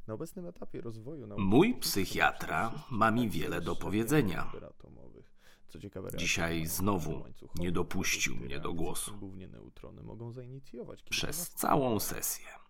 Na obecnym etapie rozwoju nauki Mój psychiatra ma mi wiele do powiedzenia. bomber atomowych. Co ciekawe, Dzisiaj reakcje znowu łańcuchowe, nie dopuścił produkty mnie do reakcji, głosu. głównie neutrony, mogą zainicjować Przez kilkanaście całą sesję.